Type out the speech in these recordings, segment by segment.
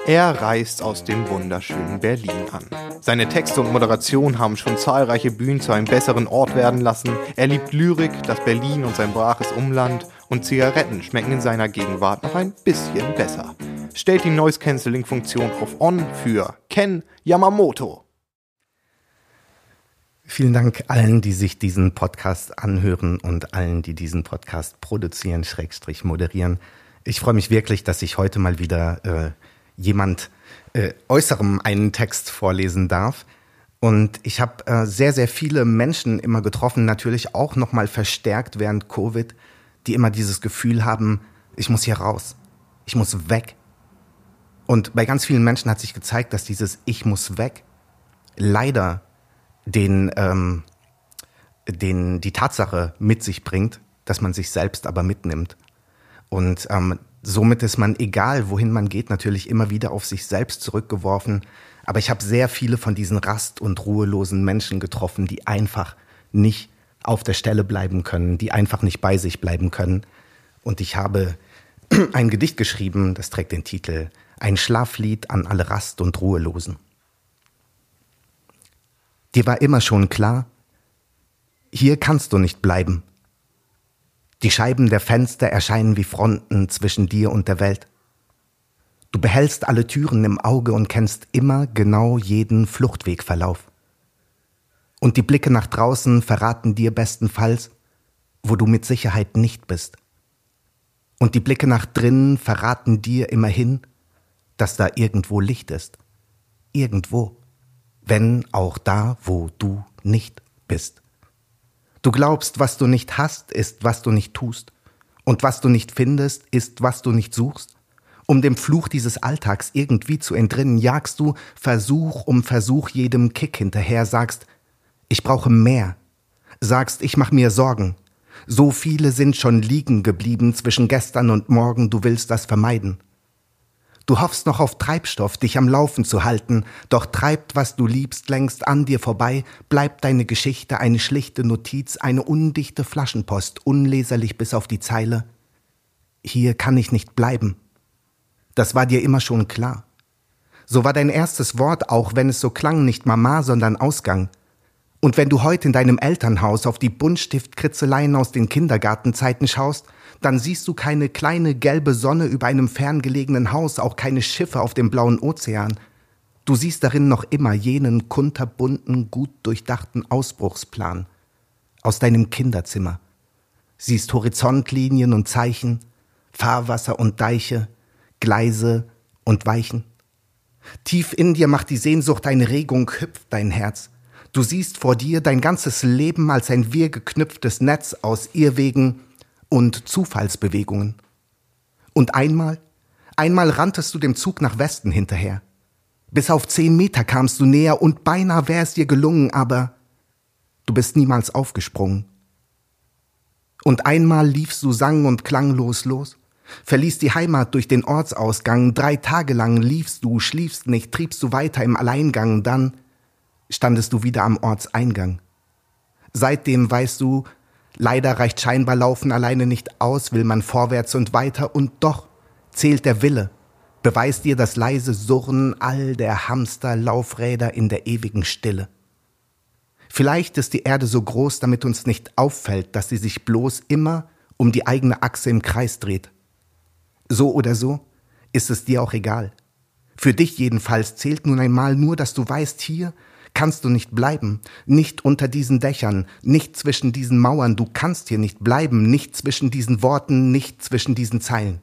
Er reist aus dem wunderschönen Berlin an. Seine Texte und Moderation haben schon zahlreiche Bühnen zu einem besseren Ort werden lassen. Er liebt Lyrik, das Berlin und sein braches Umland. Und Zigaretten schmecken in seiner Gegenwart noch ein bisschen besser. Stellt die Noise-Cancelling-Funktion auf On für Ken Yamamoto. Vielen Dank allen, die sich diesen Podcast anhören und allen, die diesen Podcast produzieren, / moderieren. Ich freue mich wirklich, dass ich heute mal wieder jemand Äußerem einen Text vorlesen darf. Und ich habe sehr, sehr viele Menschen immer getroffen, natürlich auch nochmal verstärkt während Covid, die immer dieses Gefühl haben, ich muss hier raus, ich muss weg. Und bei ganz vielen Menschen hat sich gezeigt, dass dieses Ich muss weg leider die Tatsache mit sich bringt, dass man sich selbst aber mitnimmt. Und somit ist man, egal wohin man geht, natürlich immer wieder auf sich selbst zurückgeworfen. Aber ich habe sehr viele von diesen rast- und ruhelosen Menschen getroffen, die einfach nicht auf der Stelle bleiben können, die einfach nicht bei sich bleiben können. Und ich habe ein Gedicht geschrieben, das trägt den Titel Ein Schlaflied an alle Rast- und Ruhelosen. Dir war immer schon klar, hier kannst du nicht bleiben. Die Scheiben der Fenster erscheinen wie Fronten zwischen dir und der Welt. Du behältst alle Türen im Auge und kennst immer genau jeden Fluchtwegverlauf. Und die Blicke nach draußen verraten dir bestenfalls, wo du mit Sicherheit nicht bist. Und die Blicke nach drinnen verraten dir immerhin, dass da irgendwo Licht ist. Irgendwo. Wenn auch da, wo du nicht bist. Du glaubst, was du nicht hast, ist, was du nicht tust. Und was du nicht findest, ist, was du nicht suchst. Um dem Fluch dieses Alltags irgendwie zu entrinnen, jagst du Versuch um Versuch jedem Kick hinterher, sagst, ich brauche mehr. Sagst, ich mach mir Sorgen. So viele sind schon liegen geblieben zwischen gestern und morgen, du willst das vermeiden. Du hoffst noch auf Treibstoff, dich am Laufen zu halten, doch treibt, was du liebst, längst an dir vorbei, bleibt deine Geschichte eine schlichte Notiz, eine undichte Flaschenpost, unleserlich bis auf die Zeile, hier kann ich nicht bleiben. Das war dir immer schon klar. So war dein erstes Wort, auch wenn es so klang, nicht Mama, sondern Ausgang. Und wenn du heute in deinem Elternhaus auf die Buntstiftkritzeleien aus den Kindergartenzeiten schaust, dann siehst du keine kleine gelbe Sonne über einem ferngelegenen Haus, auch keine Schiffe auf dem blauen Ozean. Du siehst darin noch immer jenen kunterbunten, gut durchdachten Ausbruchsplan aus deinem Kinderzimmer. Siehst Horizontlinien und Zeichen, Fahrwasser und Deiche, Gleise und Weichen. Tief in dir macht die Sehnsucht eine Regung, hüpft dein Herz. Du siehst vor dir dein ganzes Leben als ein wirr geknüpftes Netz aus Irrwegen und Zufallsbewegungen. Und einmal ranntest du dem Zug nach Westen hinterher. Bis auf 10 Meter kamst du näher und beinahe wäre es dir gelungen, aber du bist niemals aufgesprungen. Und einmal liefst du sang- und klanglos los, verließ die Heimat durch den Ortsausgang, 3 Tage lang liefst du, schliefst nicht, triebst du weiter im Alleingang, dann standest du wieder am Ortseingang. Seitdem weißt du, leider reicht scheinbar Laufen alleine nicht aus, will man vorwärts und weiter und doch zählt der Wille, beweist dir das leise Surren all der Hamsterlaufräder in der ewigen Stille. Vielleicht ist die Erde so groß, damit uns nicht auffällt, dass sie sich bloß immer um die eigene Achse im Kreis dreht. So oder so ist es dir auch egal. Für dich jedenfalls zählt nun einmal nur, dass du weißt, hier kannst du nicht bleiben, nicht unter diesen Dächern, nicht zwischen diesen Mauern, du kannst hier nicht bleiben, nicht zwischen diesen Worten, nicht zwischen diesen Zeilen.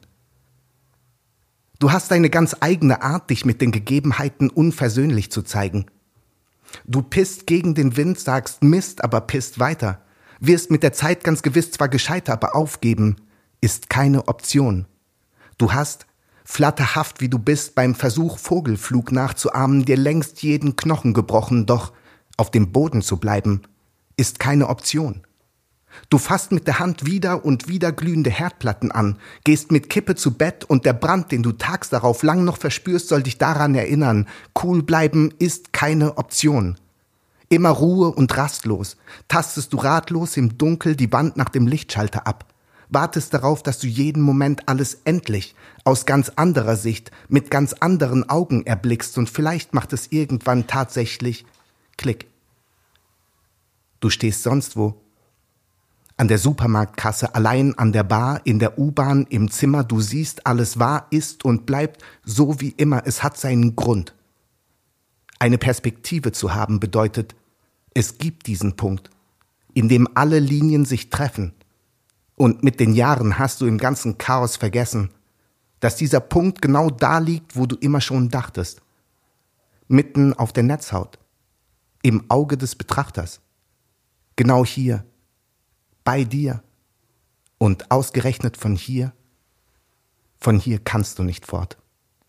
Du hast eine ganz eigene Art, dich mit den Gegebenheiten unversöhnlich zu zeigen. Du pisst gegen den Wind, sagst Mist, aber pisst weiter. Wirst mit der Zeit ganz gewiss zwar gescheiter, aber aufgeben ist keine Option. Du hast, flatterhaft wie du bist, beim Versuch Vogelflug nachzuahmen, dir längst jeden Knochen gebrochen, doch auf dem Boden zu bleiben, ist keine Option. Du fasst mit der Hand wieder und wieder glühende Herdplatten an, gehst mit Kippe zu Bett und der Brand, den du tags darauf lang noch verspürst, soll dich daran erinnern, cool bleiben ist keine Option. Immer Ruhe und rastlos, tastest du ratlos im Dunkel die Wand nach dem Lichtschalter ab. wartest darauf, dass du jeden Moment alles endlich, aus ganz anderer Sicht, mit ganz anderen Augen erblickst und vielleicht macht es irgendwann tatsächlich Klick. Du stehst sonst wo. An der Supermarktkasse, allein an der Bar, in der U-Bahn, im Zimmer, du siehst, alles war, ist und bleibt so wie immer, es hat seinen Grund. Eine Perspektive zu haben bedeutet, es gibt diesen Punkt, in dem alle Linien sich treffen. Und mit den Jahren hast du im ganzen Chaos vergessen, dass dieser Punkt genau da liegt, wo du immer schon dachtest. Mitten auf der Netzhaut, im Auge des Betrachters. Genau hier, bei dir. Und ausgerechnet von hier kannst du nicht fort.